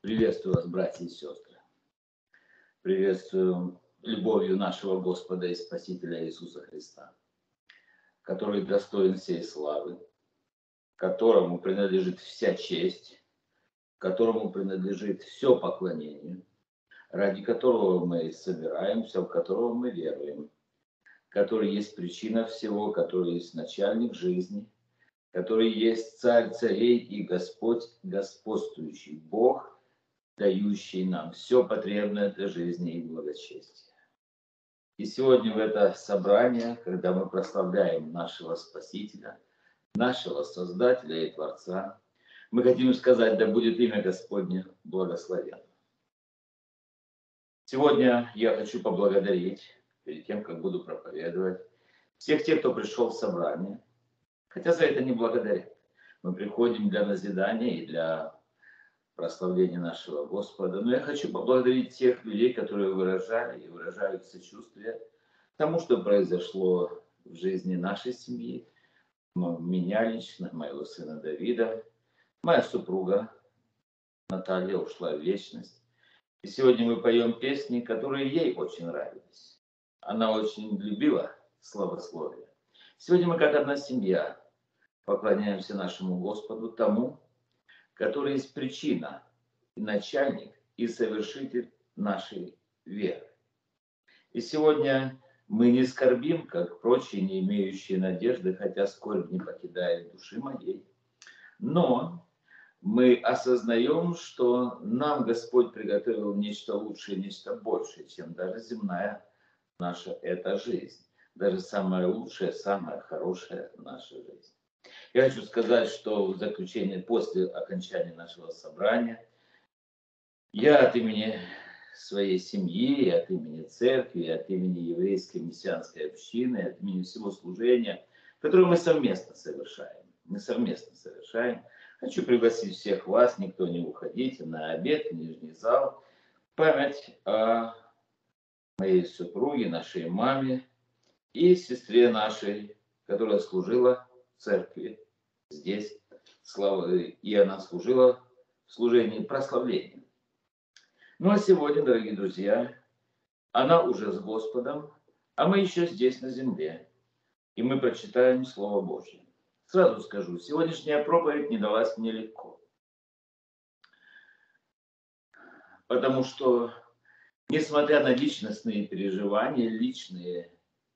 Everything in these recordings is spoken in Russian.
Приветствую вас, братья и сестры. Приветствую любовью нашего Господа и Спасителя Иисуса Христа, который достоин всей славы, которому принадлежит вся честь, которому принадлежит все поклонение, ради которого мы собираемся, в которого мы веруем, который есть причина всего, который есть начальник жизни, который есть Царь царей и Господь господствующий, Бог, дающий нам все потребное для жизни и благочестия. И сегодня в это собрание, когда мы прославляем нашего Спасителя, нашего Создателя и Творца, мы хотим сказать: да будет имя Господне благословенно. Сегодня я хочу поблагодарить, перед тем, как буду проповедовать, всех тех, кто пришел в собрание, хотя за это не благодарят. Мы приходим для назидания и для прославления нашего Господа. Но я хочу поблагодарить тех людей, которые выражали и выражают сочувствие тому, что произошло в жизни нашей семьи, меня лично, моего сына Давида. Моя супруга Наталья ушла в вечность. И сегодня мы поем песни, которые ей очень нравились. Она очень любила славословие. Сегодня мы, как одна семья, поклоняемся нашему Господу, тому, который есть причина, и начальник, и совершитель нашей веры. И сегодня мы не скорбим, как прочие, не имеющие надежды, хотя скорбь не покидает души моей. Но мы осознаем, что нам Господь приготовил нечто лучшее, нечто большее, чем даже земная наша эта жизнь. Даже самая лучшая, самая хорошая наша жизнь. Я хочу сказать, что в заключение, после окончания нашего собрания, я от имени своей семьи, от имени церкви, от имени еврейской мессианской общины, от имени всего служения, которое мы совместно совершаем, хочу пригласить всех вас, никто не уходите, на обед в нижний зал, память о моей супруге, нашей маме и сестре нашей, которая служила в церкви здесь, и она служила в служении прославления. Ну а сегодня, дорогие друзья, она уже с Господом, а мы еще здесь на земле, и мы прочитаем Слово Божье. Сразу скажу, сегодняшняя проповедь не далась мне легко, потому что, несмотря на личностные переживания, личные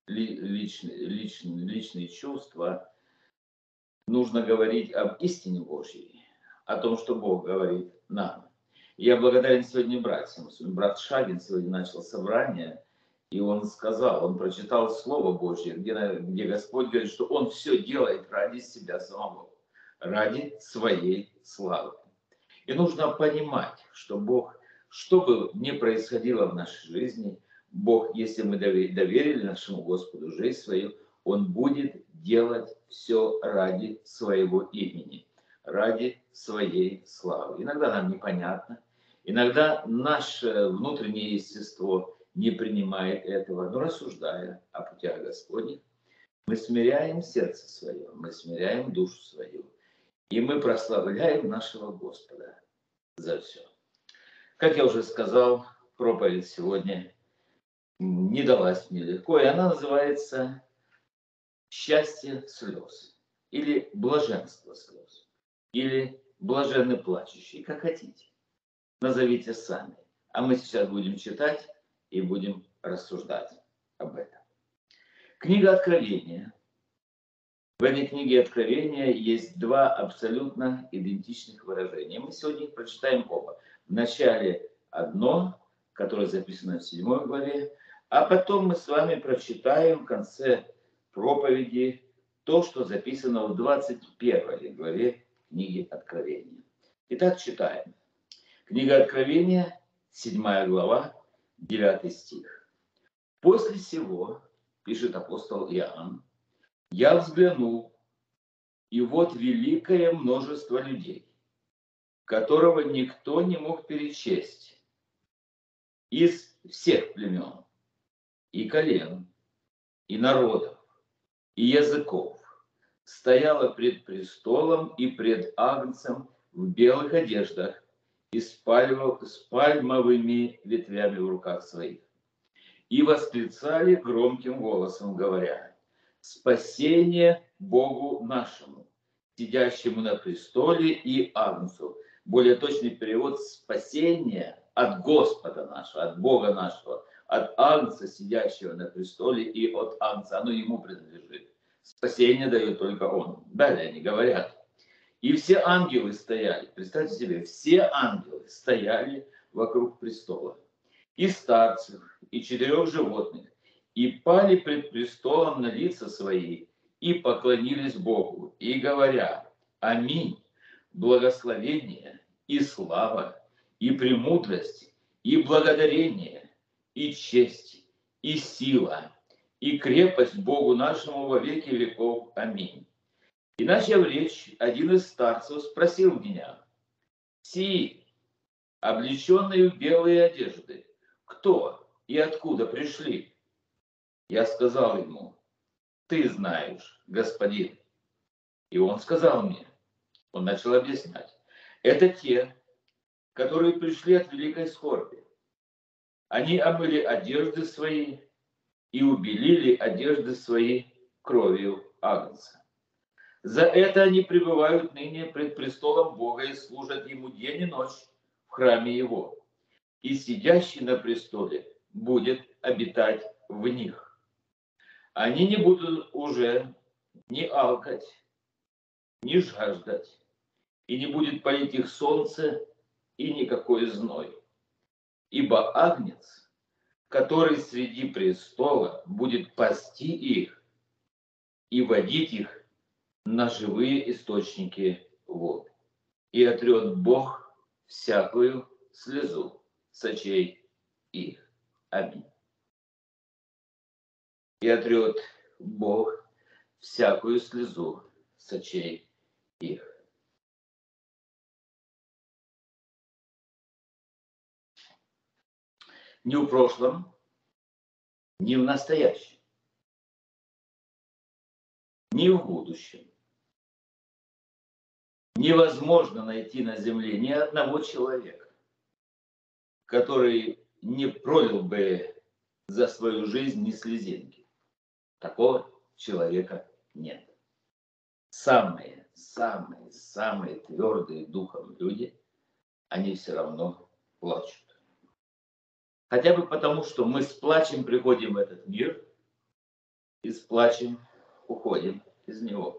чувства, нужно говорить об истине Божьей, о том, что Бог говорит нам. Я благодарен сегодня братьям. Брат Шагин сегодня начал собрание, и он прочитал Слово Божье, где Господь говорит, что Он все делает ради себя самого, ради своей славы. И нужно понимать, что Бог, что бы ни происходило в нашей жизни, Бог, если мы доверили нашему Господу жизнь свою, Он будет делать все ради своего имени, ради своей славы. Иногда нам непонятно, иногда наше внутреннее естество не принимает этого, но рассуждая о путях Господних, мы смиряем сердце свое, мы смиряем душу свою, и мы прославляем нашего Господа за все. Как я уже сказал, проповедь сегодня не далась мне легко, и она называется «Счастье слез» или «Блаженство слез» или «Блаженны плачущие», как хотите. Назовите сами. А мы сейчас будем читать и будем рассуждать об этом. Книга Откровения. В этой книге Откровения есть два абсолютно идентичных выражения. Мы сегодня их прочитаем оба. В начале одно, которое записано в 7 главе, а потом мы с вами прочитаем в конце проповеди то, что записано в 21 главе книги Откровения. Итак, читаем. Книга Откровения, 7 глава, 9 стих. «После сего, — пишет апостол Иоанн, — я взглянул, и вот великое множество людей, которого никто не мог перечесть, из всех племен, и колен, и народов, и языков, стояло пред престолом и пред Агнцем в белых одеждах и с пальмовыми ветвями в руках своих. И восклицали громким голосом, говоря: «Спасение Богу нашему, сидящему на престоле и Агнцу». Более точный перевод: «Спасение от Господа нашего, от Бога нашего, от Агнца, сидящего на престоле, и от Агнца». Оно ему принадлежит. Спасение дает только он. Далее они говорят: «И все ангелы стояли». Представьте себе, все ангелы стояли вокруг престола. И старцев, и 4 животных, и пали пред престолом на лица свои, и поклонились Богу, и говоря: «Аминь, благословение, и слава, и премудрость, и благодарение, и честь, и сила, и крепость Богу нашему во веки веков. Аминь». И начав речь, один из старцев спросил меня: «Сии, облеченные в белые одежды, кто и откуда пришли?» Я сказал ему: «Ты знаешь, господин». И он сказал мне, он начал объяснять: «Это те, которые пришли от великой скорби. Они омыли одежды свои и убелили одежды свои кровью Агнца. За это они пребывают ныне пред престолом Бога и служат Ему день и ночь в храме Его. И сидящий на престоле будет обитать в них. Они не будут уже ни алкать, ни жаждать, и не будет палить их солнце и никакой зной. Ибо Агнец, который среди престола, будет пасти их и водить их на живые источники вод. И отрет Бог всякую слезу с очей их». Аминь. И отрет Бог всякую слезу с очей их. Ни в прошлом, ни в настоящем, ни в будущем невозможно найти на земле ни одного человека, который не пролил бы за свою жизнь ни слезинки. Такого человека нет. Самые твердые духом люди, они все равно плачут. Хотя бы потому, что мы с плачем приходим в этот мир и с плачем уходим из него.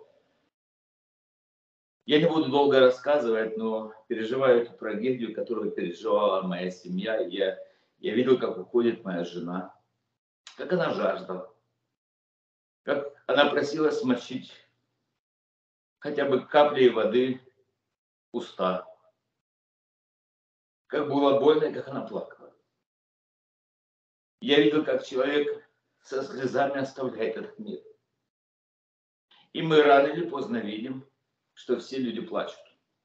Я не буду долго рассказывать, но переживаю эту трагедию, которую переживала моя семья. Я видел, как уходит моя жена, как она жаждала, как она просила смочить хотя бы каплей воды уста. Как было больно, и как она плакала. Я видел, как человек со слезами оставляет этот мир. И мы рано или поздно видим, что все люди плачут.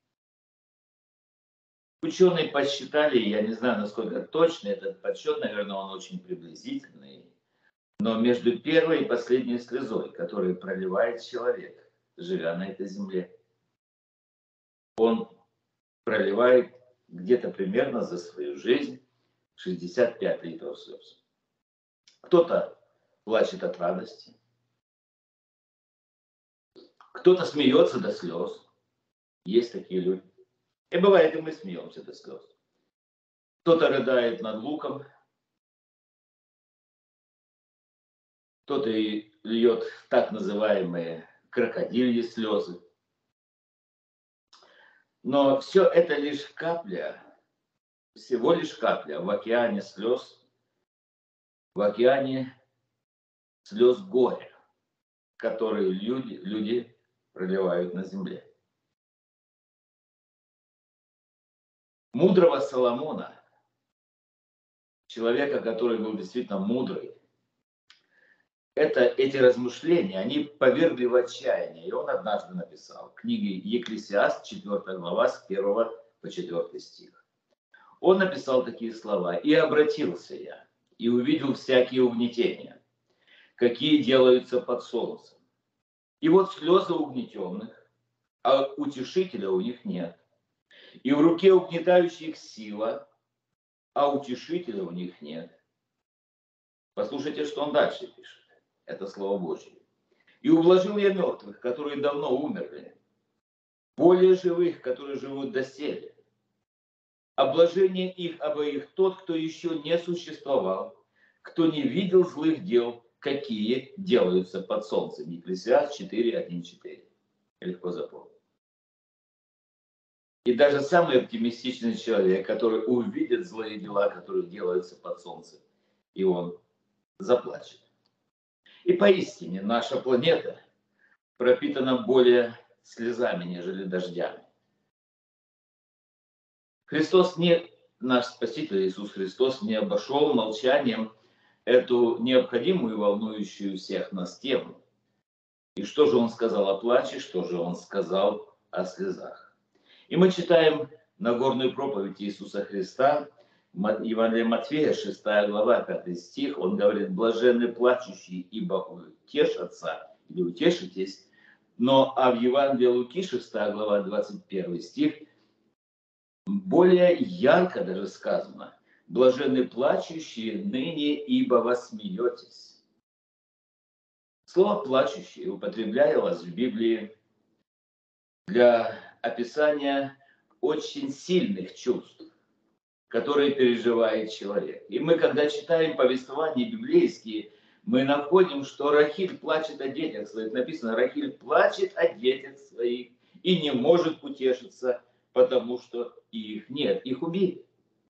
Ученые подсчитали, я не знаю, насколько точно этот подсчет, наверное, он очень приблизительный, но между первой и последней слезой, которую проливает человек, живя на этой земле, он проливает где-то примерно за свою жизнь 65 литров слез. Кто-то плачет от радости, кто-то смеется до слез. Есть такие люди. И бывает, и мы смеемся до слез. Кто-то рыдает над луком, кто-то и льет так называемые крокодильи слезы. Но все это лишь капля, всего лишь капля в океане слез, в океане слез горя, которые люди проливают на земле. Мудрого Соломона, человека, который был действительно мудрый, эти размышления, они повергли в отчаяние. И он однажды написал в книге Екклесиаст, 4 глава, с 1 по 4 стих. Он написал такие слова: «И обратился я, и увидел всякие угнетения, какие делаются под солнцем. И вот слезы угнетенных, а утешителя у них нет. И в руке угнетающих сила, а утешителя у них нет. Послушайте, что он дальше пишет. Это Слово Божье. И ублажил я мертвых, которые давно умерли, более живых, которые живут доселе. Облажение их обоих тот, кто еще не существовал, кто не видел злых дел, какие делаются под солнцем. Екклесиаст 4:1-4. Легко запомнить. И даже самый оптимистичный человек, который увидит злые дела, которые делаются под солнцем, и он заплачет. И поистине наша планета пропитана более слезами, нежели дождями. Наш Спаситель Иисус Христос не обошел молчанием эту необходимую и волнующую всех нас тему. И что же Он сказал о плаче, что же Он сказал о слезах. И мы читаем Нагорную проповедь Иисуса Христа, Евангелие Матфея, 6 глава, 5 стих. Он говорит: блаженны плачущие, ибо утешатся, или утешитесь. А в Евангелии Луки, 6 глава, 21 стих, более ярко даже сказано: блаженны плачущие ныне, ибо воссмеетесь. Слово «плачущие» употреблялось в Библии для описания очень сильных чувств, которые переживает человек. И мы, когда читаем повествования библейские, мы находим, что Рахиль плачет о детях своих. Написано: Рахиль плачет о детях своих и не может утешиться, потому что их нет, их убили.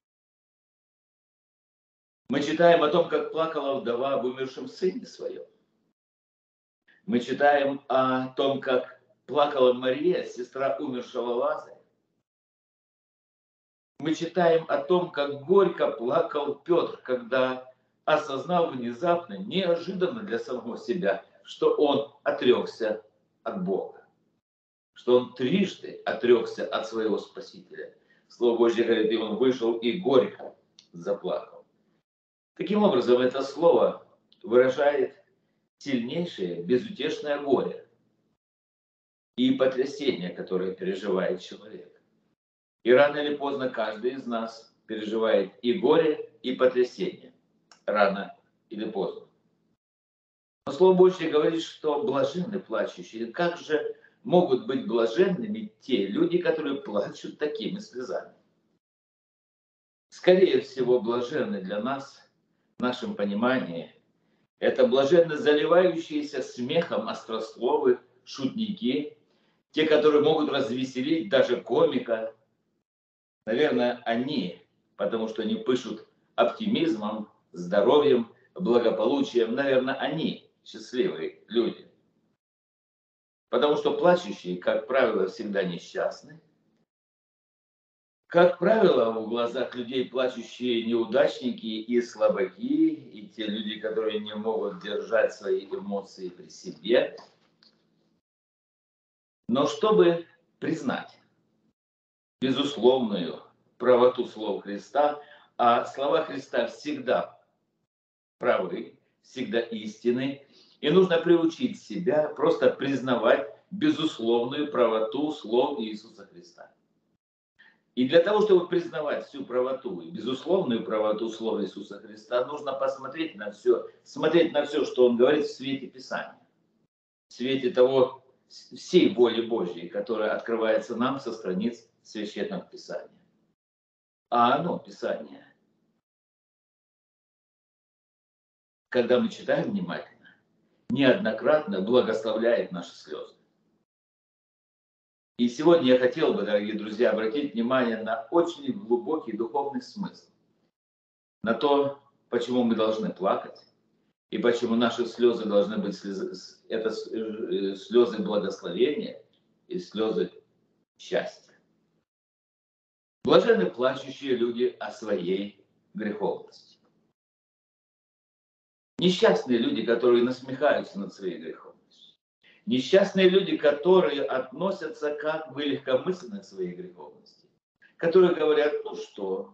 Мы читаем о том, как плакала вдова об умершем сыне своем. Мы читаем о том, как плакала Мария, сестра умершего Лазаря. Мы читаем о том, как горько плакал Петр, когда осознал внезапно, неожиданно для самого себя, что он отрекся от Бога, что он трижды отрекся от своего Спасителя. Слово Божье говорит: и он вышел и горько заплакал. Таким образом, это слово выражает сильнейшее безутешное горе и потрясение, которое переживает человек. И рано или поздно каждый из нас переживает и горе, и потрясение. Рано или поздно. Но Слово Божье говорит, что блаженны плачущие. Как же могут быть блаженными те люди, которые плачут такими слезами? Скорее всего, блаженны для нас, в нашем понимании, это блаженны заливающиеся смехом острословы, шутники, те, которые могут развеселить даже комика. Наверное, они, потому что они пышут оптимизмом, здоровьем, благополучием, наверное, они счастливые люди. Потому что плачущие, как правило, всегда несчастны. Как правило, в глазах людей плачущие неудачники и слабаки, и те люди, которые не могут держать свои эмоции при себе. Но чтобы признать безусловную правоту слов Христа, а слова Христа всегда правы, всегда истинны, и нужно приучить себя просто признавать безусловную правоту слов Иисуса Христа. И для того, чтобы признавать всю правоту и безусловную правоту слова Иисуса Христа, нужно посмотреть на все, смотреть на все, что Он говорит в свете Писания, в свете того, всей воли Божьей, которая открывается нам со страниц Священного Писания. А оно, Писание, когда мы читаем внимательно, неоднократно благословляет наши слезы. И сегодня я хотел бы, дорогие друзья, обратить внимание на очень глубокий духовный смысл. На то, почему мы должны плакать, и почему наши слезы должны быть это слезы благословения и слезы счастья. Блаженны плачущие люди о своей греховности. Несчастные люди, которые насмехаются над своей греховностью. Несчастные люди, которые относятся как бы легкомысленно к своей греховности. Которые говорят: ну что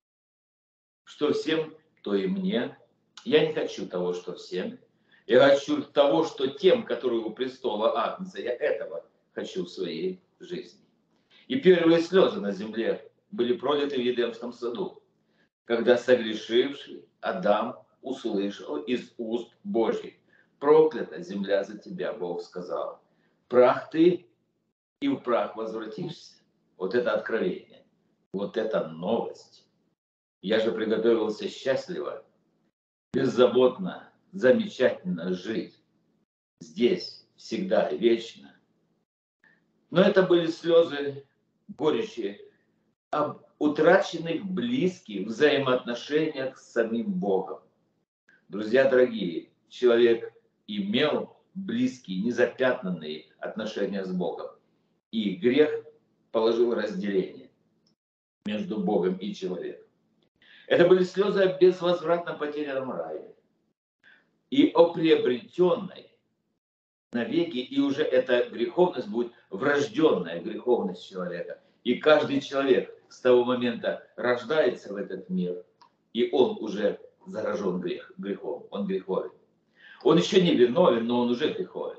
всем, то и мне. Я не хочу того, что всем. Я хочу того, что тем, которые у престола Агнца, я этого хочу в своей жизни. И первые слезы на земле были пролиты в Едемском саду, когда согрешивший Адам услышал из уст Божьих: проклята земля за тебя, Бог сказал. Прах ты, и в прах возвратишься. Вот это откровение, вот это новость. Я же приготовился счастливо, беззаботно, замечательно жить здесь, всегда и вечно. Но это были слезы горечи об утраченных близких взаимоотношениях с самим Богом. Друзья дорогие, человек имел близкие, незапятнанные отношения с Богом. И грех положил разделение между Богом и человеком. Это были слезы о безвозвратном потерянном рае и о приобретенной навеки, и уже эта греховность будет врожденная греховность человека. И каждый человек с того момента рождается в этот мир, и он уже заражен грехом, он греховен. Он еще не виновен, но он уже греховен.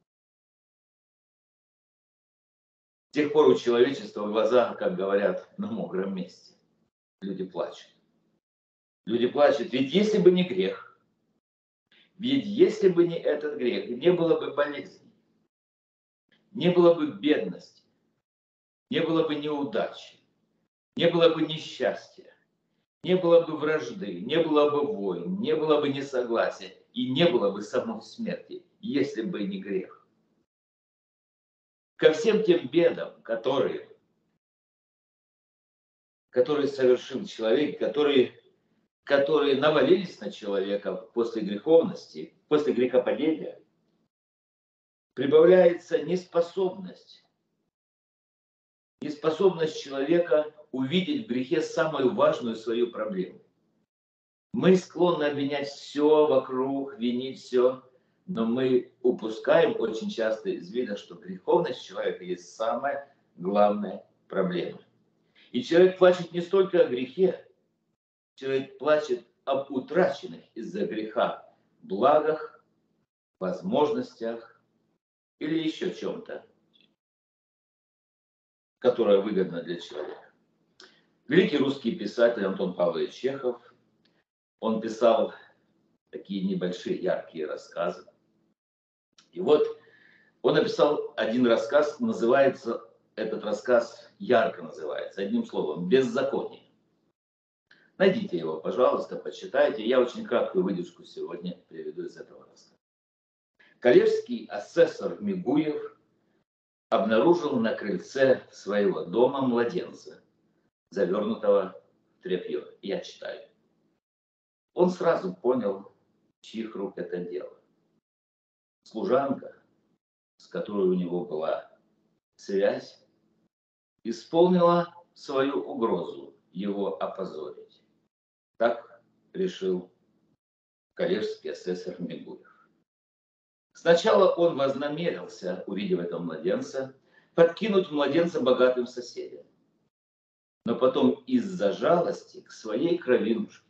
С тех пор у человечества глаза, как говорят, на мокром месте. Люди плачут. Люди плачут, ведь если бы не грех, ведь если бы не этот грех, не было бы болезней, не было бы бедности, не было бы неудачи, не было бы несчастья, не было бы вражды, не было бы войн, не было бы несогласия и не было бы самой смерти, если бы не грех. Ко всем тем бедам, которые совершил человек, которые навалились на человека после греховности, после грехопадения, прибавляется неспособность человека увидеть в грехе самую важную свою проблему. Мы склонны обвинять все вокруг, винить все, но мы упускаем очень часто из вида, что греховность человека есть самая главная проблема. И человек плачет не столько о грехе, человек плачет об утраченных из-за греха благах, возможностях или еще чем-то, которое выгодно для человека. Великий русский писатель Антон Павлович Чехов, он писал такие небольшие яркие рассказы. И вот он написал один рассказ, называется, этот рассказ ярко называется, одним словом, «Беззаконие». Найдите его, пожалуйста, почитайте. Я очень краткую выдержку сегодня приведу из этого рассказа. Коллежский асессор Мигуев обнаружил на крыльце своего дома младенца, завернутого в тряпье. Я читаю. Он сразу понял, чьих рук это дело. Служанка, с которой у него была связь, исполнила свою угрозу его опозорить. Так решил коллежский асессор Мигуев. Сначала он вознамерился, увидев этого младенца, подкинуть младенца богатым соседям. Но потом из-за жалости к своей кровинушке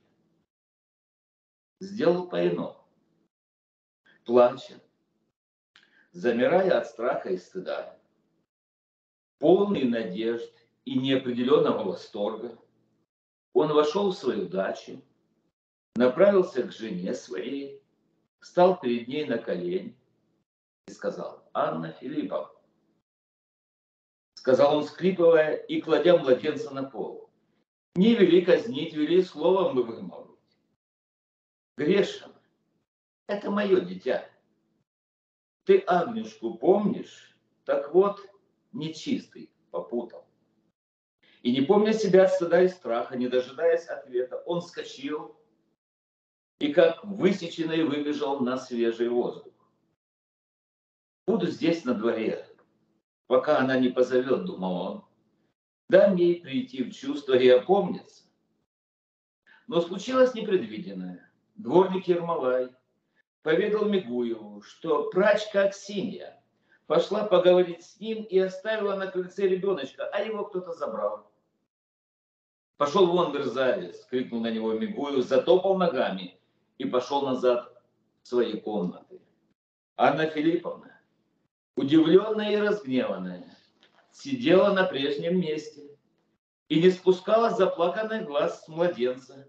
сделал по-иному. Плача, замирая от страха и стыда, полный надежд и неопределенного восторга, он вошел в свою дачу, направился к жене своей, встал перед ней на колени и сказал: «Анна Филипповна», сказал он, всхлипывая и кладя младенца на пол, «не вели казнить, вели словом мы вымолвить. Грешен, это мое дитя. Ты Агнюшку помнишь? Так вот, нечистый попутал». И не помня себя от стыда и страха, не дожидаясь ответа, он вскочил и как высеченный выбежал на свежий воздух. «Буду здесь на дворе, пока она не позовет», — думал он. «Дам ей прийти в чувство и опомниться». Но случилось непредвиденное. Дворник Ермолай поведал Мигуеву, что прачка Аксинья пошла поговорить с ним и оставила на крыльце ребеночка, а его кто-то забрал. «Пошел вон, мерзавец!» — крикнул на него Мигуев, затопал ногами и пошел назад в свои комнаты. Анна Филипповна, удивленная и разгневанная, сидела на прежнем месте и не спускала заплаканных глаз с младенца.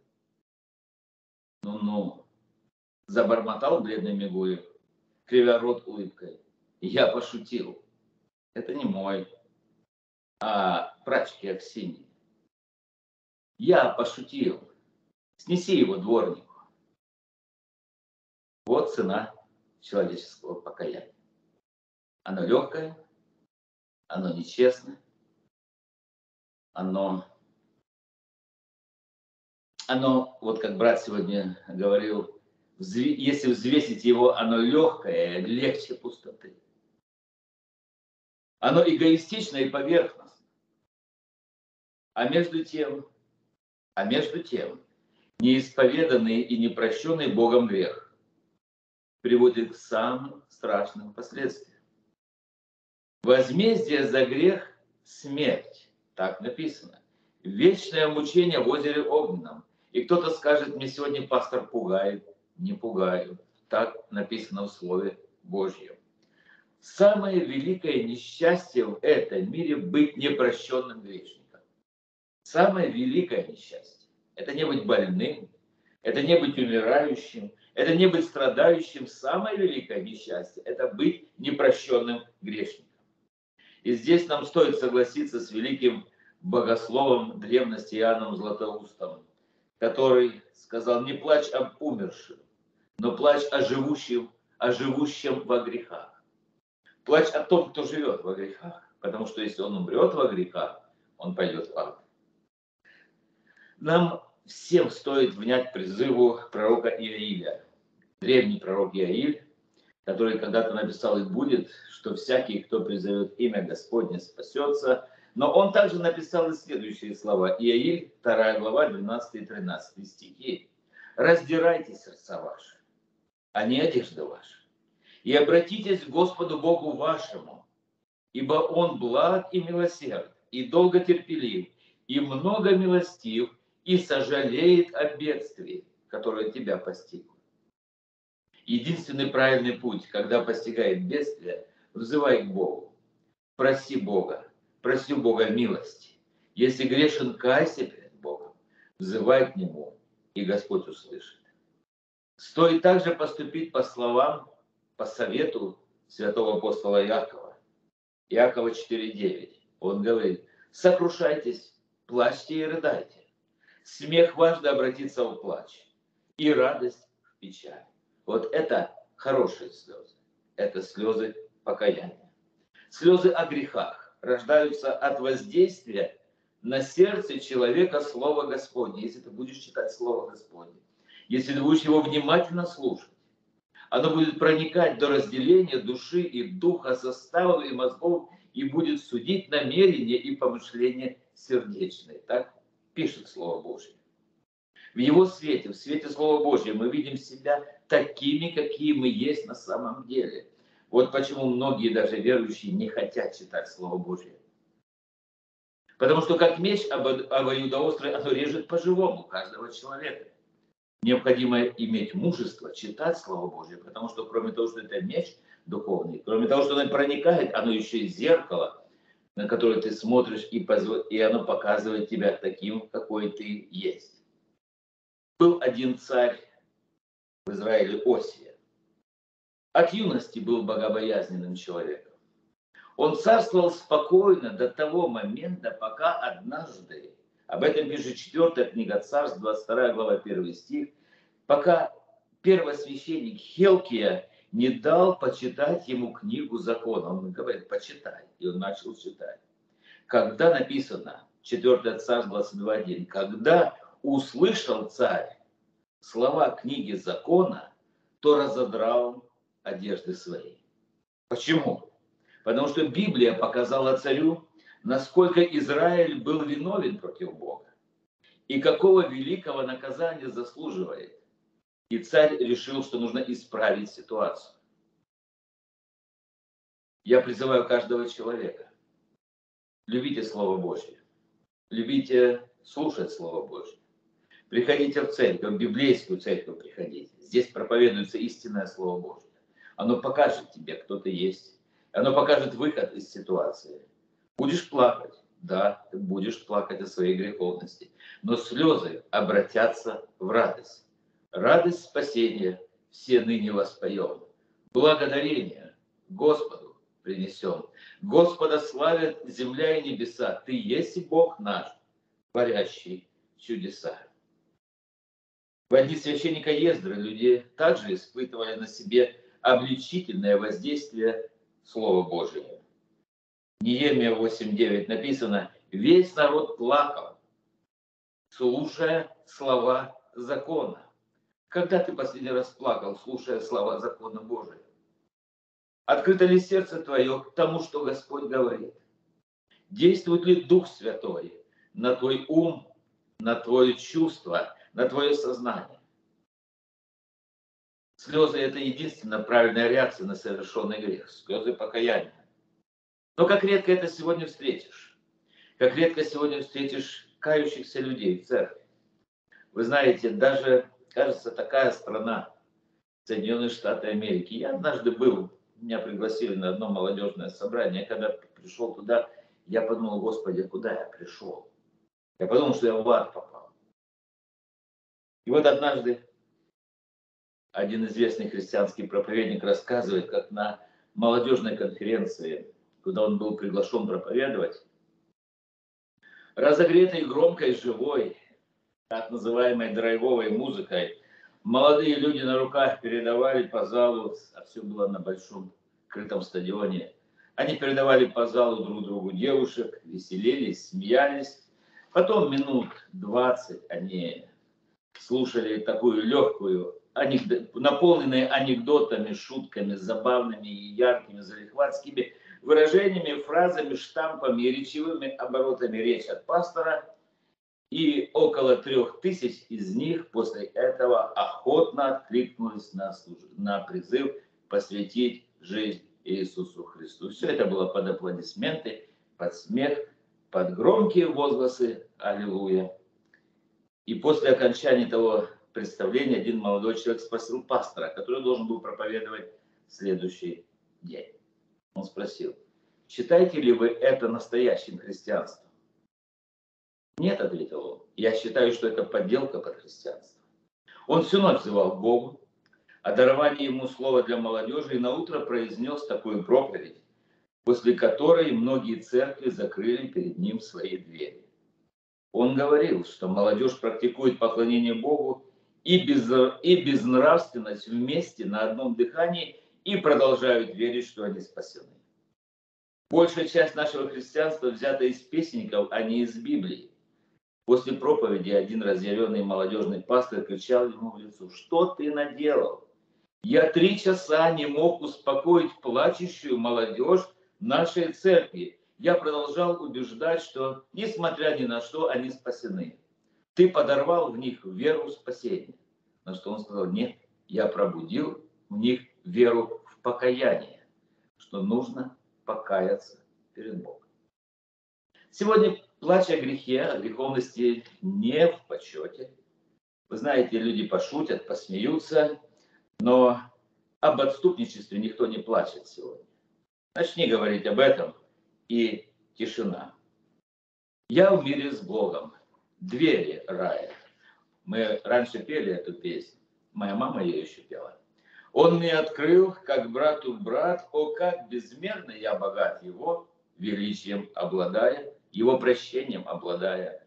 Ну-ну, забормотал бледный Мигуев, кривя рот улыбкой. Я пошутил. Это не мой, а прачки Аксиньи. Я пошутил. Снеси его дворнику. Вот цена человеческого покаяния. Оно легкое, оно нечестное, оно, вот как брат сегодня говорил, если взвесить его, оно легкое, легче пустоты. Оно эгоистично и поверхностно. А между тем, неисповеданный и непрощенный Богом грех приводит к самым страшным последствиям. Возмездие за грех – смерть. Так написано. Вечное мучение в озере Огненном. И кто-то скажет, мне сегодня пастор пугает. Не пугаю. Так написано в Слове Божьем. Самое великое несчастье в этом мире – быть непрощенным грешником. Самое великое несчастье – это не быть больным, это не быть умирающим, это не быть страдающим. Самое великое несчастье – это быть непрощенным грешником. И здесь нам стоит согласиться с великим богословом древности Иоанном Златоустом, который сказал: не плачь об умершем, но плачь о живущем во грехах. Плачь о том, кто живет во грехах, потому что если он умрет во грехах, он пойдет в ад. Нам всем стоит внять призыву пророка Иаиля. Древний пророк Иаиль, который когда-то написал: и будет, что всякий, кто призовет имя Господне, спасется. Но он также написал и следующие слова. Иаиль, 2 глава, 12 и 13 стихи. «Раздирайте сердца ваши, а не одежды ваши, и обратитесь к Господу Богу вашему, ибо Он благ и милосерд, и долготерпелив, и много милостив, и сожалеет о бедствии, которое тебя постигло». Единственный правильный путь, когда постигает бедствие, взывай к Богу. Проси Бога милости. Если грешен, кайся перед Богом, взывай к Нему, и Господь услышит. Стоит также поступить по словам, по совету святого апостола Иакова. Иакова 4:9. Он говорит: сокрушайтесь, плачьте и рыдайте. Смех ваш да обратится в плач, и радость в печаль. Вот это хорошие слезы. Это слезы покаяния. Слезы о грехах рождаются от воздействия на сердце человека Слова Господне. Если ты будешь читать Слово Господне, если ты будешь его внимательно слушать, оно будет проникать до разделения души и духа, составов и мозгов, и будет судить намерения и помышления сердечные. Так пишет Слово Божье. В его свете, в свете Слова Божьего мы видим себя такими, какие мы есть на самом деле. Вот почему многие даже верующие не хотят читать Слово Божье. Потому что как меч обоюдоострый, оно режет по-живому каждого человека. Необходимо иметь мужество читать Слово Божье, потому что кроме того, что это меч духовный, кроме того, что оно проникает, оно еще и зеркало, на которое ты смотришь, и оно показывает тебя таким, какой ты есть. Был один царь в Израиле, Осия. От юности был богобоязненным человеком. Он царствовал спокойно до того момента, пока однажды, об этом пишет 4 книга Царств, 22 глава, 1 стих, пока первосвященник Хилкия не дал почитать ему книгу закона. Он говорит: почитай. И он начал читать. Когда написано, 4 Царств 22:1, когда услышал царь слова книги закона, то разодрал одежды свои. Почему? Потому что Библия показала царю, насколько Израиль был виновен против Бога и какого великого наказания заслуживает. И царь решил, что нужно исправить ситуацию. Я призываю каждого человека: любите Слово Божье, любите слушать Слово Божье. Приходите в церковь, в библейскую церковь приходите. Здесь проповедуется истинное Слово Божье. Оно покажет тебе, кто ты есть. Оно покажет выход из ситуации. Будешь плакать. Да, ты будешь плакать о своей греховности. Но слезы обратятся в радость. Радость спасения все ныне воспоем. Благодарение Господу принесем. Господа славят земля и небеса. Ты есть Бог наш, творящий чудеса. В дни священника Ездры люди также испытывали на себе обличительное воздействие Слова Божия. Неемия 8:9 написано: «Весь народ плакал, слушая слова закона». Когда ты последний раз плакал, слушая слова закона Божия? Открыто ли сердце твое к тому, что Господь говорит? Действует ли Дух Святой на твой ум, на твое чувство, на твое сознание? Слезы – это единственная правильная реакция на совершенный грех. Слезы покаяния. Но как редко это сегодня встретишь. Как редко сегодня встретишь кающихся людей в церкви. Вы знаете, даже, кажется, такая страна, Соединенные Штаты Америки. Я однажды был, меня пригласили на одно молодежное собрание. Когда пришел туда, я подумал: Господи, куда я пришел? Я подумал, что я в ад попал. И вот однажды один известный христианский проповедник рассказывает, как на молодежной конференции, куда он был приглашен проповедовать, разогретой громкой, живой, так называемой драйвовой музыкой, молодые люди на руках передавали по залу, а все было на большом крытом стадионе, они передавали по залу друг другу девушек, веселились, смеялись. Потом минут 20 они слушали такую легкую, наполненные анекдотами, шутками, забавными и яркими, залихватскими выражениями, фразами, штампами и речевыми оборотами речь от пастора. И около 3000 из них после этого охотно откликнулись на призыв посвятить жизнь Иисусу Христу. Все это было под аплодисменты, под смех, под громкие возгласы «Аллилуйя». И после окончания того представления один молодой человек спросил пастора, который должен был проповедовать в следующий день. Он спросил: считаете ли вы это настоящим христианством? Нет, ответил он, я считаю, что это подделка под христианство. Он всю ночь взывал к Богу о даровании ему слова для молодежи и наутро произнес такую проповедь, после которой многие церкви закрыли перед ним свои двери. Он говорил, что молодежь практикует поклонение Богу и безнравственность вместе на одном дыхании и продолжают верить, что они спасены. Большая часть нашего христианства взята из песенников, а не из Библии. После проповеди один разъяренный молодежный пастор кричал ему в лицо: «Что ты наделал? Я 3 часа не мог успокоить плачущую молодежь нашей церкви. Я продолжал убеждать, что, несмотря ни на что, они спасены. Ты подорвал в них веру в спасение». На что он сказал: нет, я пробудил в них веру в покаяние, что нужно покаяться перед Богом. Сегодня плач о грехе, о греховности не в почете. Вы знаете, люди пошутят, посмеются, но об отступничестве никто не плачет сегодня. Начни говорить об этом, и тишина. Я в мире с Богом, двери рая. Мы раньше пели эту песню, моя мама ее еще пела. Он мне открыл, как брату брат, о, как безмерно я богат его величием обладая, его прощением обладая.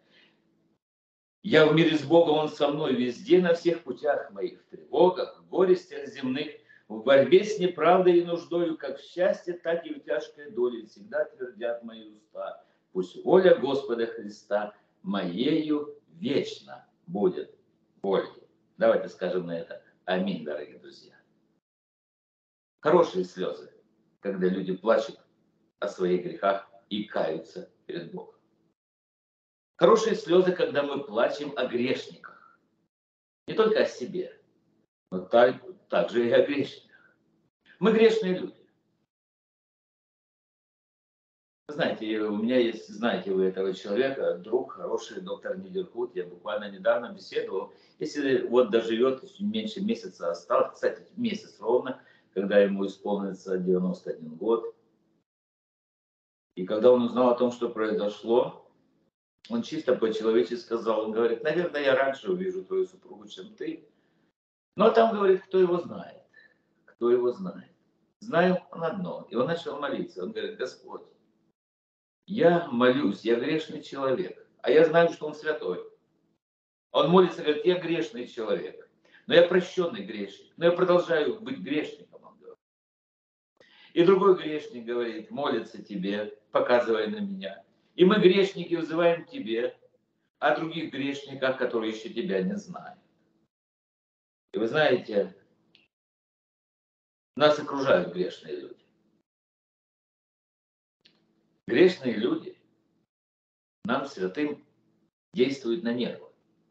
Я в мире с Богом, он со мной везде, на всех путях моих, в тревогах, в горестях земных, в борьбе с неправдой и нуждою, как в счастье, так и в тяжкой доле, всегда твердят мои уста. Пусть воля Господа Христа моею вечно будет волей. Давайте скажем на это аминь, дорогие друзья. Хорошие слезы, когда люди плачут о своих грехах и каются перед Богом. Хорошие слезы, когда мы плачем о грешниках. Не только о себе, но также и о грешниках. Мы грешные люди. Знаете, у меня есть, знаете вы этого человека, друг, хороший доктор Нидерхут. Я буквально недавно беседовал. Если вот доживет, меньше месяца осталось, кстати, месяц ровно, когда ему исполнится 91 год. И когда он узнал о том, что произошло, он чисто по-человечески сказал, он говорит, наверное, я раньше увижу твою супругу, чем ты. Но там, говорит, кто его знает, кто его знает. Знаю он одно. И он начал молиться. Он говорит, Господь, я молюсь, я грешный человек, а я знаю, что он святой. Он молится, говорит, я грешный человек, но я прощенный грешник, но я продолжаю быть грешником, он говорит. И другой грешник говорит, молится тебе, показывая на меня. И мы, грешники, вызываем тебе о других грешниках, которые еще тебя не знают. И вы знаете, нас окружают грешные люди. Грешные люди нам, святым, действуют на нервы.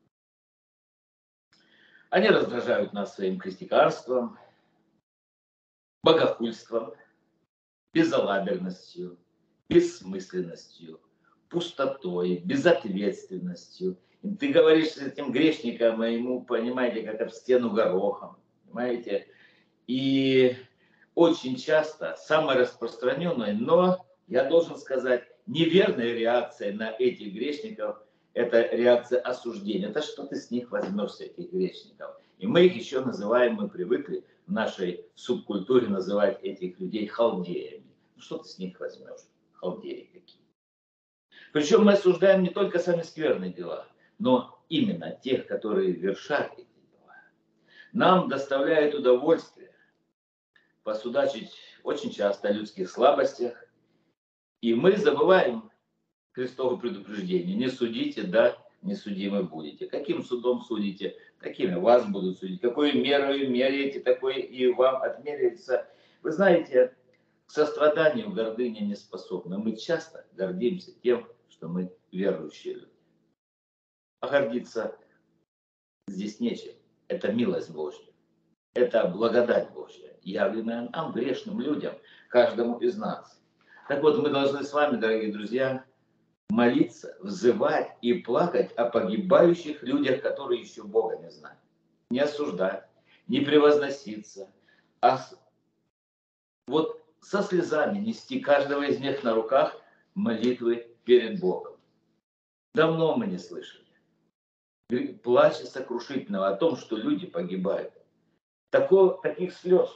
Они раздражают нас своим критиканством, богохульством, безалаберностью, бессмысленностью, пустотой, безответственностью. И ты говоришь с этим грешником, а ему, понимаете, как об стену горохом. Понимаете? И очень часто самая распространенная, но, я должен сказать, неверная реакция на этих грешников – это реакция осуждения. Это что ты с них возьмешь, с этих грешников? И мы их еще называем, мы привыкли в нашей субкультуре называть этих людей халдеями. Ну что ты с них возьмешь? Халдеи какие. Причем мы осуждаем не только сами скверные дела, но именно тех, которые вершат эти дела. Нам доставляет удовольствие посудачить очень часто о людских слабостях, и мы забываем Христово предупреждение. Не судите, да, не судимы будете. Каким судом судите, такими вас будут судить. Какой мерой меряете, такой и вам отмеряется. Вы знаете, к состраданию гордыня не способна. Мы часто гордимся тем, что мы верующие люди. А гордиться здесь нечем. Это милость Божья. Это благодать Божья, явленная нам, грешным людям, каждому из нас. Так вот, мы должны с вами, дорогие друзья, молиться, взывать и плакать о погибающих людях, которые еще Бога не знают. Не осуждать, не превозноситься, а вот со слезами нести каждого из них на руках молитвы перед Богом. Давно мы не слышали плача сокрушительного о том, что люди погибают. Таких слез.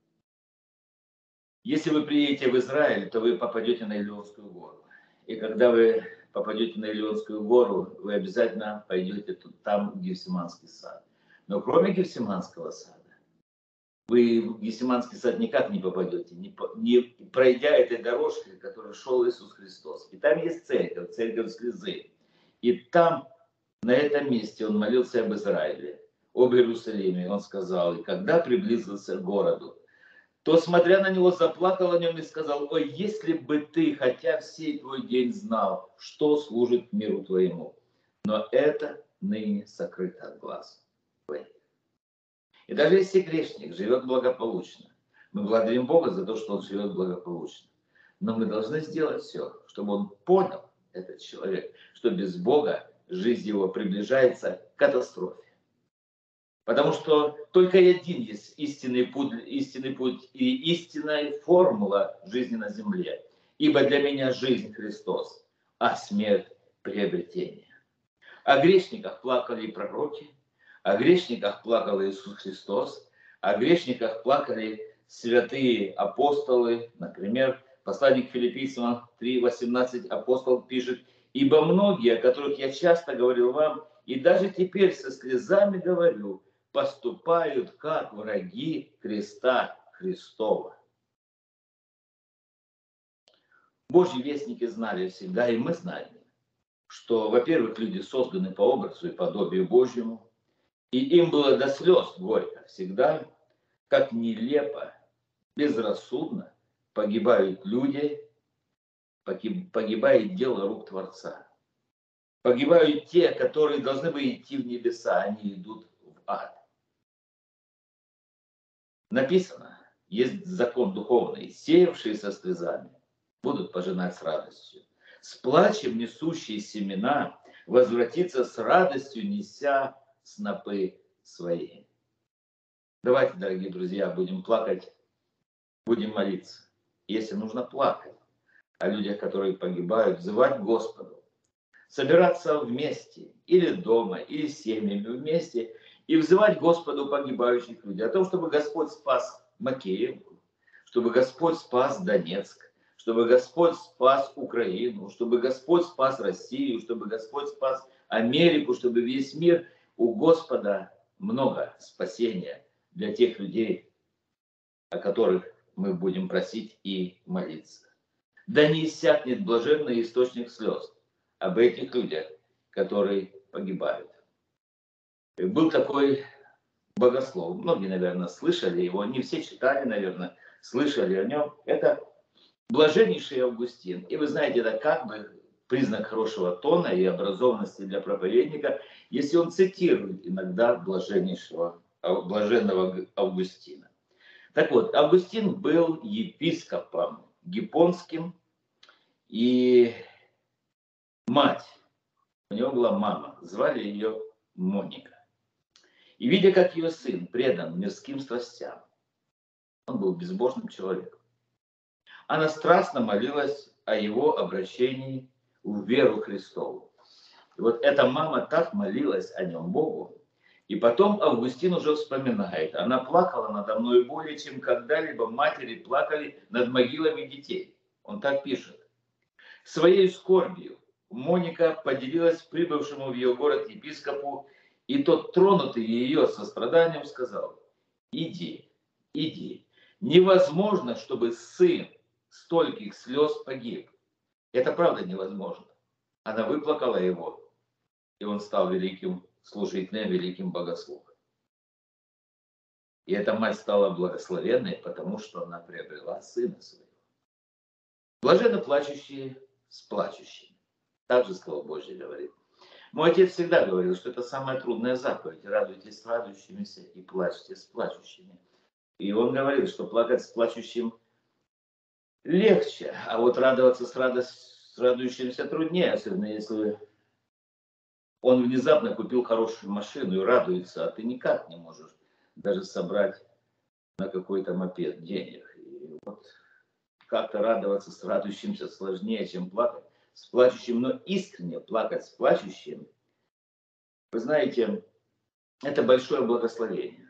Если вы приедете в Израиль, то вы попадете на Илионскую гору. И когда вы попадете на Илионскую гору, вы обязательно пойдете там в Гефсиманский сад. Но кроме Гефсиманского сада, вы в Гефсиманский сад никак не попадете, не пройдя этой дорожкой, которой шел Иисус Христос. И там есть церковь, церковь слезы. И там, на этом месте, он молился об Израиле, об Иерусалиме. Он сказал, и когда приблизился к городу, то, смотря на него, заплакал о нем и сказал, ой, если бы ты хотя всей твой день знал, что служит миру твоему. Но это ныне сокрыто от глаз твоих. И даже если грешник живет благополучно, мы благодарим Бога за то, что он живет благополучно. Но мы должны сделать все, чтобы он понял, этот человек, что без Бога жизнь его приближается к катастрофе. Потому что только один есть истинный путь и истинная формула жизни на земле. Ибо для меня жизнь Христос, а смерть приобретение. О грешниках плакали и пророки, о грешниках плакал Иисус Христос, о грешниках плакали святые апостолы. Например, посланник Филиппийцам 3:18 апостол пишет, ибо многие, о которых я часто говорил вам, и даже теперь со слезами говорю, поступают как враги креста Христова. Божьи вестники знали всегда, и мы знаем, что, во-первых, люди созданы по образу и подобию Божьему, и им было до слез горько всегда, как нелепо, безрассудно погибают люди, погибает дело рук Творца. Погибают те, которые должны бы идти в небеса, они идут в ад. Написано, есть закон духовный, сеявшие со слезами будут пожинать с радостью. С плачем несущие семена возвратиться с радостью, неся снопы свои. Давайте, дорогие друзья, будем плакать, будем молиться. Если нужно плакать, о людях, которые погибают, взывать к Господу, собираться вместе, или дома, или с семьями вместе, и взывать Господу погибающих людей, о том, чтобы Господь спас Макеевку, чтобы Господь спас Донецк, чтобы Господь спас Украину, чтобы Господь спас Россию, чтобы Господь спас Америку, чтобы весь мир. У Господа много спасения для тех людей, о которых мы будем просить и молиться. Да не иссякнет блаженный источник слез об этих людях, которые погибают. Был такой богослов, многие, наверное, слышали его, не все читали, наверное, слышали о нем. Это блаженнейший Августин. И вы знаете, это как бы признак хорошего тона и образованности для проповедника, если он цитирует иногда блаженного Августина. Так вот, Августин был епископом гиппонским, и мать, у него была мама, звали ее Моника. И видя, как ее сын предан мирским страстям, он был безбожным человеком, она страстно молилась о его обращении в веру Христову. И вот эта мама так молилась о нем Богу. И потом Августин уже вспоминает, она плакала надо мной более, чем когда-либо матери плакали над могилами детей. Он так пишет. Своей скорбью Моника поделилась прибывшему в ее город епископу, и тот, тронутый ее состраданием, сказал: иди, иди. Невозможно, чтобы сын стольких слез погиб. Это правда невозможно. Она выплакала его, и он стал великим служителем, великим богословом. И эта мать стала благословенной, потому что она приобрела сына своего. Блаженно плачущие с плачущими. Так же Слово Божье говорит. Мой отец всегда говорил, что это самая трудная заповедь. Радуйтесь с радующимися и плачьте с плачущими. И он говорил, что плакать с плачущим легче, а вот радоваться с радующимся труднее, особенно если он внезапно купил хорошую машину и радуется, а ты никак не можешь даже собрать на какой-то мопед денег. И вот как-то радоваться с радующимся сложнее, чем плакать с плачущим, но искренне плакать с плачущим, вы знаете, это большое благословение.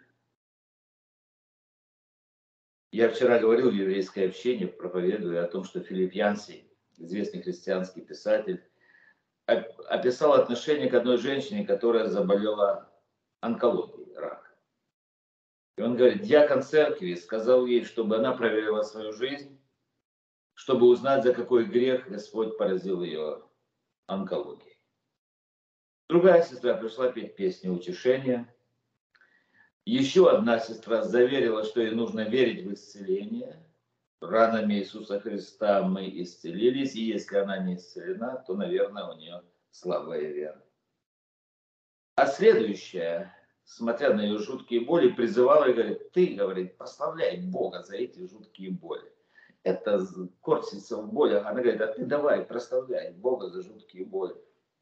Я вчера говорил в еврейской общине, проповедуя о том, что Филипп Янси, известный христианский писатель, описал отношение к одной женщине, которая заболела онкологией, раком. И он говорит, диакон церкви сказал ей, чтобы она проверила свою жизнь, чтобы узнать, за какой грех Господь поразил ее онкологией. Другая сестра пришла петь песни утешения. Еще одна сестра заверила, что ей нужно верить в исцеление. Ранами Иисуса Христа мы исцелились, и если она не исцелена, то, наверное, у нее слабая вера. А следующая, смотря на ее жуткие боли, призывала и говорит, ты, говорит, прославляй Бога за эти жуткие боли. Это корчится в болях. Она говорит, а ты давай, прославляй Бога за жуткие боли.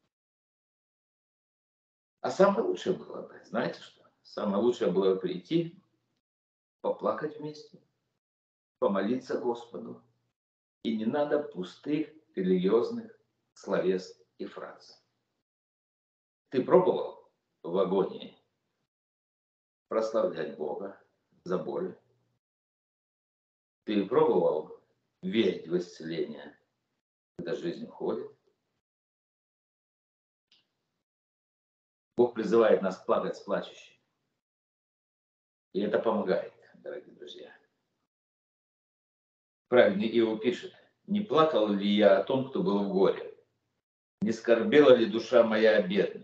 А самое лучшее было бы, знаете что? Самое лучшее было бы прийти, поплакать вместе, помолиться Господу. И не надо пустых религиозных словес и фраз. Ты пробовал в агонии прославлять Бога за боль? Ты пробовал верить в исцеление, когда жизнь уходит? Бог призывает нас плакать с плачущим. И это помогает, дорогие друзья. Правильный Иов пишет, не плакал ли я о том, кто был в горе? Не скорбела ли душа моя о бедных?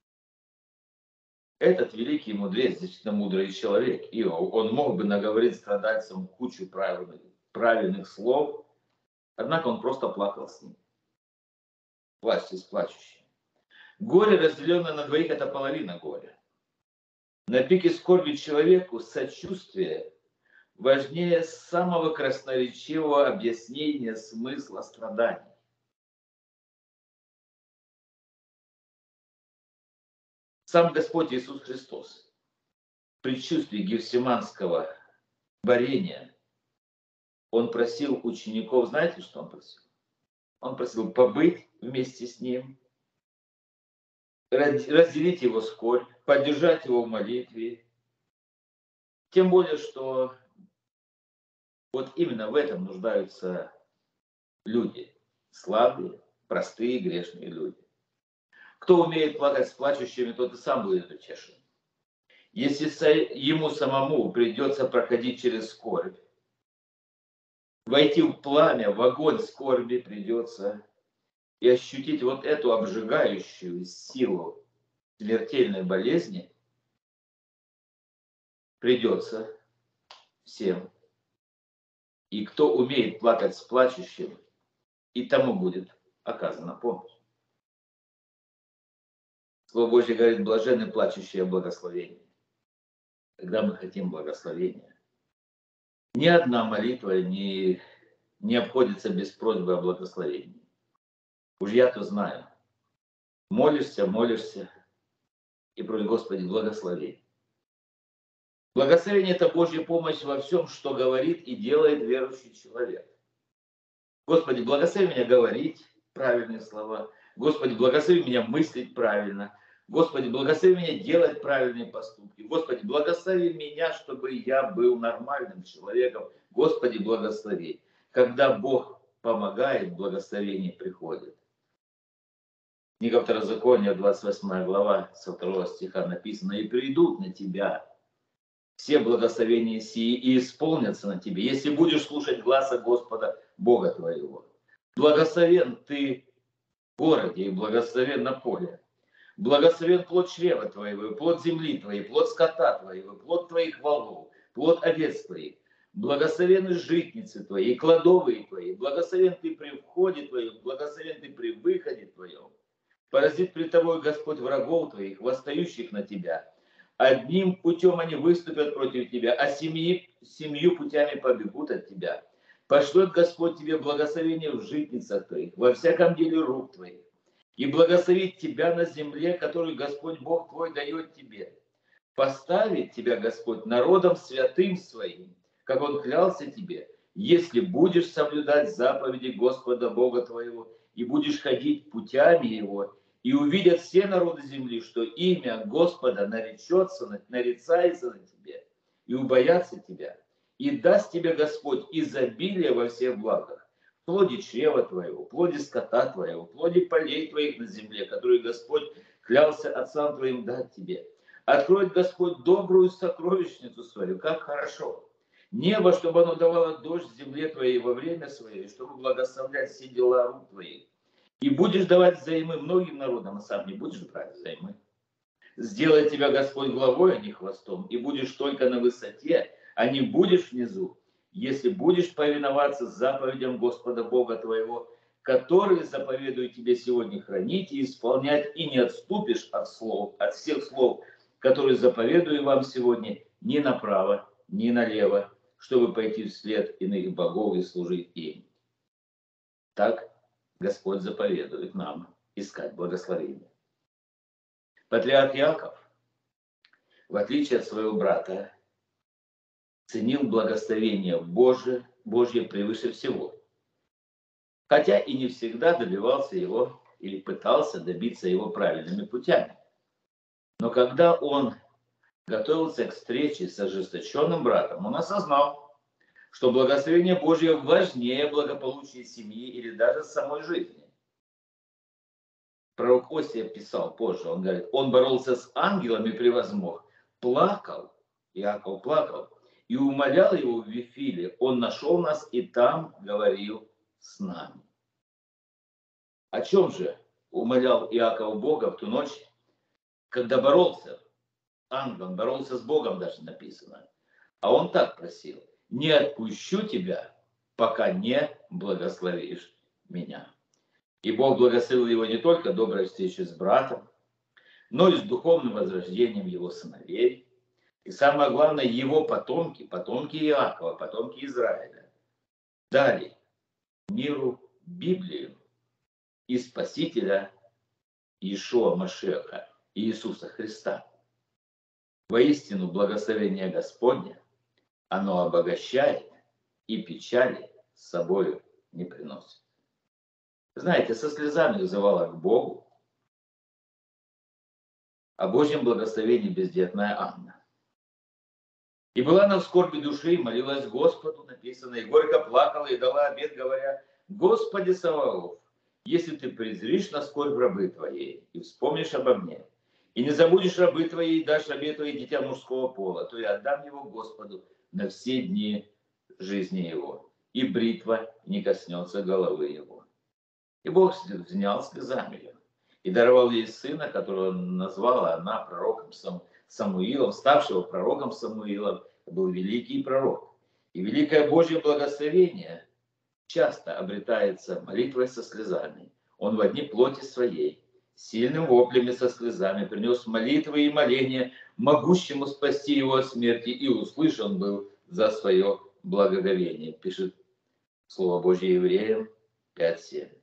Этот великий мудрец, действительно мудрый человек, Иов, он мог бы наговорить страдальцам кучу правильных слов, однако он просто плакал с ним. Плачьте с плачущим. Горе, разделенное на двоих, это половина горя. На пике скорби человеку сочувствие важнее самого красноречивого объяснения смысла страданий. Сам Господь Иисус Христос в предчувствии Гефсиманского борения, он просил учеников, знаете, что он просил? Он просил побыть вместе с ним, разделить его скорбь, поддержать его в молитве. Тем более, что вот именно в этом нуждаются люди. Слабые, простые, грешные люди. Кто умеет плакать с плачущими, тот и сам будет утешен. Если ему самому придется проходить через скорбь, войти в пламя, в огонь скорби придется, и ощутить вот эту обжигающую силу смертельной болезни, придется всем. И кто умеет плакать с плачущим, и тому будет оказана помощь. Слово Божье говорит: блаженны плачущие о благословении. Когда мы хотим благословения, ни одна молитва не обходится без просьбы о благословении. Уж я-то знаю. Молишься, и просишь: Господи, благослови. Благословение – это Божья помощь во всем, что говорит и делает верующий человек. Господи, благослови меня говорить правильные слова. Господи, благослови меня мыслить правильно. Господи, благослови меня делать правильные поступки. Господи, благослови меня, чтобы я был нормальным человеком. Господи, благослови. Когда Бог помогает, благословение приходит. Книга Второзакония, 28 глава, со 2 стиха написано: «И придут на тебя все благословения сии и исполнятся на тебе, если будешь слушать гласа Господа Бога твоего. Благословен ты в городе и благословен на поле. Благословен плод чрева твоего, плод земли твоей, плод скота твоего, плод твоих волов, плод овец твоих. Благословены житницы твои и кладовые твои. Благословен ты при входе твоем, благословен ты при выходе твоем. Поразит пред тобой Господь врагов твоих, восстающих на тебя. Одним путем они выступят против тебя, а семью путями побегут от тебя. Пошлет Господь тебе благословение в житницах твоих, во всяком деле рук твоих, и благословит тебя на земле, которую Господь Бог твой дает тебе. Поставит тебя Господь народом святым своим, как Он клялся тебе, если будешь соблюдать заповеди Господа Бога твоего и будешь ходить путями Его. И увидят все народы земли, что имя Господа наречется на тебе, и убоятся тебя. И даст тебе Господь изобилие во всех благах, в плоде чрева твоего, в плоде скота твоего, в плоде полей твоих на земле, которые Господь клялся отцам твоим дать тебе. Откроет Господь добрую сокровищницу свою, как хорошо. Небо, чтобы оно давало дождь земле твоей во время свое, чтобы благословлять все дела рук твоих. И будешь давать взаймы многим народам, а сам не будешь брать взаймы. Сделает тебя Господь главой, а не хвостом, и будешь только на высоте, а не будешь внизу, если будешь повиноваться заповедям Господа Бога твоего, которые заповедую тебе сегодня хранить и исполнять, и не отступишь от всех слов, которые заповедую вам сегодня, ни направо, ни налево, чтобы пойти вслед иных богов и служить им. Так Господь заповедует нам искать благословение. Патриарх Иаков, в отличие от своего брата, ценил благословение Божье превыше всего. Хотя и не всегда добивался его или пытался добиться его правильными путями. Но когда он готовился к встрече с ожесточенным братом, он осознал, что благословение Божье важнее благополучия семьи или даже самой жизни. Пророк Осия писал позже, он говорит: он боролся с ангелами превозмог, плакал, Иаков плакал, и умолял его в Вифиле, он нашел нас и там говорил с нами. О чем же умолял Иаков Бога в ту ночь, когда боролся ангелом, боролся с Богом, даже написано. А он так просил: не отпущу тебя, пока не благословишь меня. И Бог благословил его не только доброй встречей с братом, но и с духовным возрождением его сыновей. И самое главное, его потомки Иакова, потомки Израиля, дали миру Библию и Спасителя Иешуа Машеха, Иисуса Христа. Воистину, благословение Господне, оно обогащает и печали с собою не приносит. Знаете, со слезами взывала к Богу, о Божьем благословении бездетная Анна. И была она в скорби души, и молилась Господу, написано, и горько плакала, и дала обет, говоря: Господи Саваоф, если ты презришь на скорбь рабы твоей, и вспомнишь обо мне, и не забудешь рабы твоей, и дашь рабе твоей дитя мужского пола, то я отдам его Господу на все дни жизни его, и бритва не коснется головы его. И Бог взял слезами ее, и даровал ей сына, которого назвала она пророком Самуилом, ставшего пророком Самуилом. Был великий пророк. И великое Божье благословение часто обретается молитвой со слезами. Он во дни плоти своей, сильным воплями со слезами принес молитвы и моления, могущему спасти его от смерти, и услышан был за свое благоговение. Пишет Слово Божье Евреям 5:7.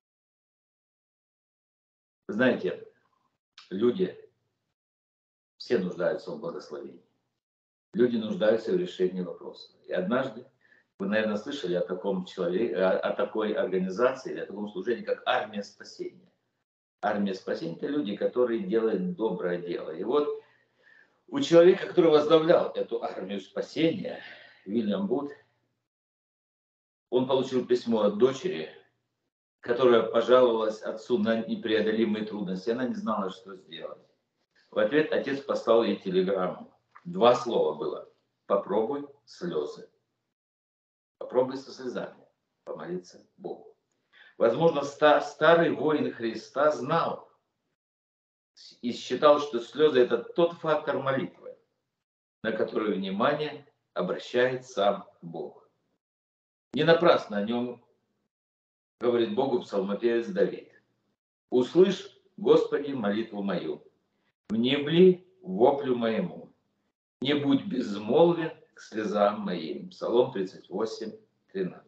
Знаете, люди все нуждаются в благословении. Люди нуждаются в решении вопросов. И однажды, вы, наверное, слышали о таком человеке, о такой организации, или о таком служении, как Армия Спасения. Армия Спасения – это люди, которые делают доброе дело. И вот у человека, который возглавлял эту Армию Спасения, Уильям Бут, он получил письмо от дочери, которая пожаловалась отцу на непреодолимые трудности. Она не знала, что сделать. В ответ отец послал ей телеграмму. 2 слова было: попробуй слезы. Попробуй со слезами помолиться Богу. Возможно, старый воин Христа знал и считал, что слезы – это тот фактор молитвы, на который внимание обращает сам Бог. Не напрасно о нем говорит Богу псалмопевец Давид. «Услышь, Господи, молитву мою, внемли воплю моему, не будь безмолвен к слезам моим». Псалом 38:13.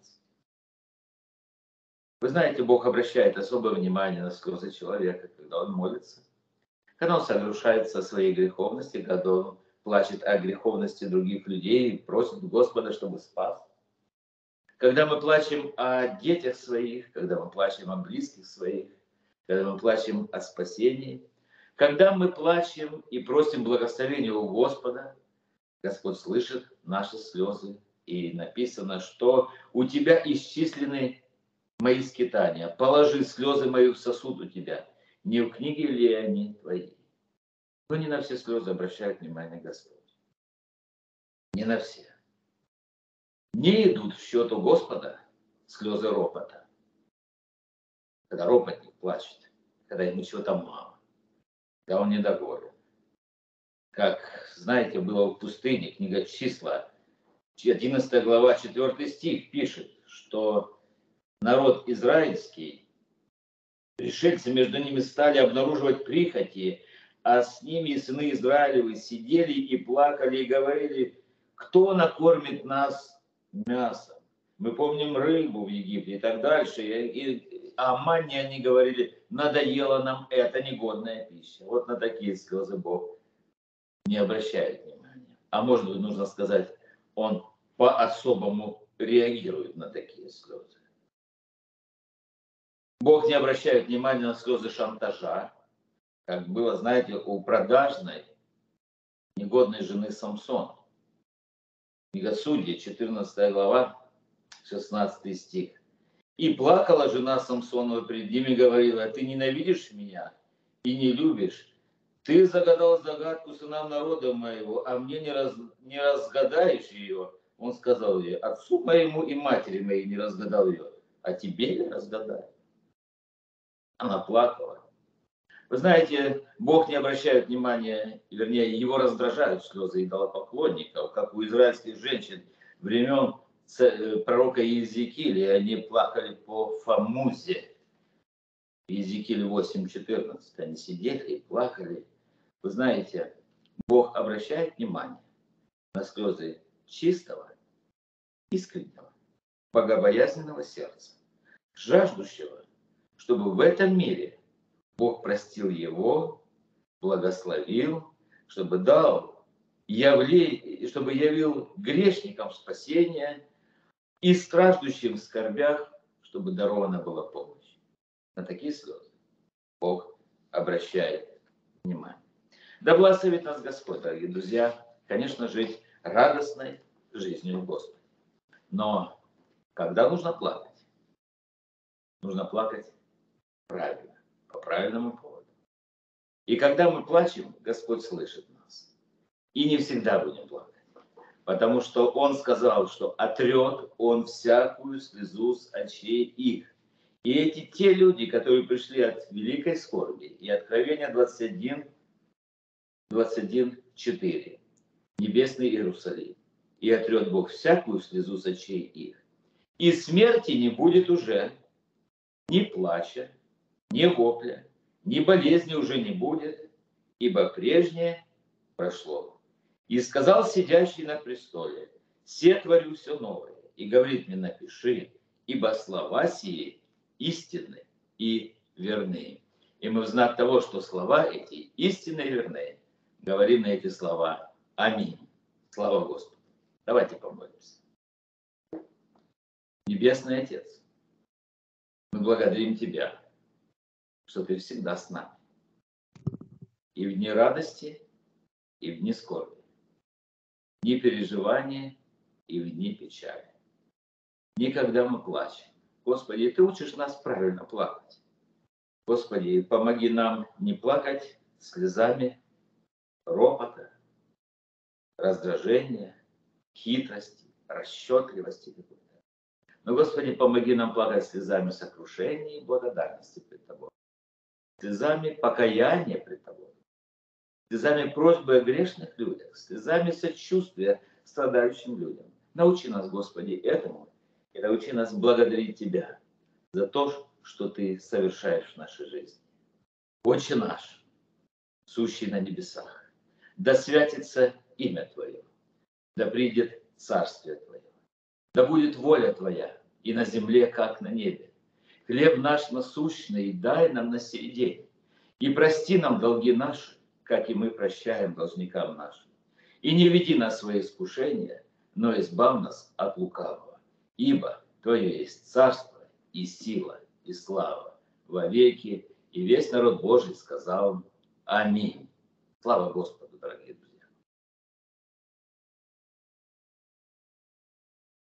Вы знаете, Бог обращает особое внимание на слезы человека, когда он молится, когда он сокрушается о своей греховности, когда он плачет о греховности других людей и просит Господа, чтобы спас. Когда мы плачем о детях своих, когда мы плачем о близких своих, когда мы плачем о спасении, когда мы плачем и просим благословения у Господа, Господь слышит наши слезы. И написано, что у тебя исчислены мои скитания, положи слезы мои в сосуд у тебя, не в книге ли они твои? Но не на все слезы обращает внимание Господь. Не на все. Не идут в счет у Господа слезы ропота. Когда ропотник плачет, когда ему чего-то мало, когда он недоволен. Как, знаете, было в пустыне, книга Числа, 11 глава, 4 стих пишет, что народ израильский, пришельцы между ними стали обнаруживать прихоти, а с ними и сыны Израилевы сидели и плакали, и говорили: кто накормит нас мясом? Мы помним рыбу в Египте и так дальше. И о манне они говорили: надоела нам эта негодная пища. Вот на такие слезы Бог не обращает внимания. А может быть, нужно сказать, он по-особому реагирует на такие слезы. Бог не обращает внимания на слезы шантажа, как было, знаете, у продажной, негодной жены Самсона. Книга Судьи, 14 глава, 16 стих. «И плакала жена Самсонова пред ним и говорила: ты ненавидишь меня и не любишь. Ты загадал загадку сынам народа моего, а мне не разгадаешь ее». Он сказал ей: отцу моему и матери моей не разгадал ее, а тебе ли разгадаю? Она плакала. Вы знаете, Бог не обращает внимания, вернее, его раздражают слезы идолопоклонников, как у израильских женщин времен пророка Иезекииля, они плакали по Фамузе. Иезекииль 8:14. Они сидели и плакали. Вы знаете, Бог обращает внимание на слезы чистого, искреннего, богобоязненного сердца, жаждущего, чтобы в этом мире Бог простил его, благословил, чтобы дал чтобы явил грешникам спасение и страждущим в скорбях, чтобы дарована была помощь. На такие слезы Бог обращает внимание. Да благословит нас Господь, дорогие друзья, конечно, жить радостной жизнью в Господе. Но когда нужно плакать правильно, по правильному поводу. И когда мы плачем, Господь слышит нас. И не всегда будем плакать. Потому что Он сказал, что отрет Он всякую слезу с очей их. И эти те люди, которые пришли от великой скорби, и Откровение 21:4. Небесный Иерусалим. И отрет Бог всякую слезу с очей их. И смерти не будет уже, ни плача, ни вопля, ни болезни уже не будет, ибо прежнее прошло. И сказал сидящий на престоле: «Се творю все новое». И говорит мне: напиши, ибо слова сии истинны и верны. И мы в знак того, что слова эти истинны и верны, говорим на эти слова аминь. Слава Господу. Давайте помолимся. Небесный Отец, мы благодарим Тебя, что Ты всегда с нами. И в дни радости, и в дни скорби. В дни переживания, и в дни печали. Никогда мы плачем. Господи, Ты учишь нас правильно плакать. Господи, помоги нам не плакать слезами ропота, раздражения, хитрости, расчетливости какой-то. Но, Господи, помоги нам плакать слезами сокрушения и благодарности пред Тобой. Слезами покаяния пред Тобой. Слезами просьбы о грешных людях. Слезами сочувствия страдающим людям. Научи нас, Господи, этому. И научи нас благодарить Тебя за то, что Ты совершаешь в нашей жизни. Отче наш, сущий на небесах, да святится имя Твое, да придет царствие Твое, да будет воля Твоя и на земле, как на небе. Хлеб наш насущный дай нам на сей день, и прости нам долги наши, как и мы прощаем должникам нашим. И не веди нас в свои искушения, но избавь нас от лукавого. Ибо Твое есть царство и сила и слава во веки. И весь народ Божий сказал аминь. Слава Господу, дорогие друзья.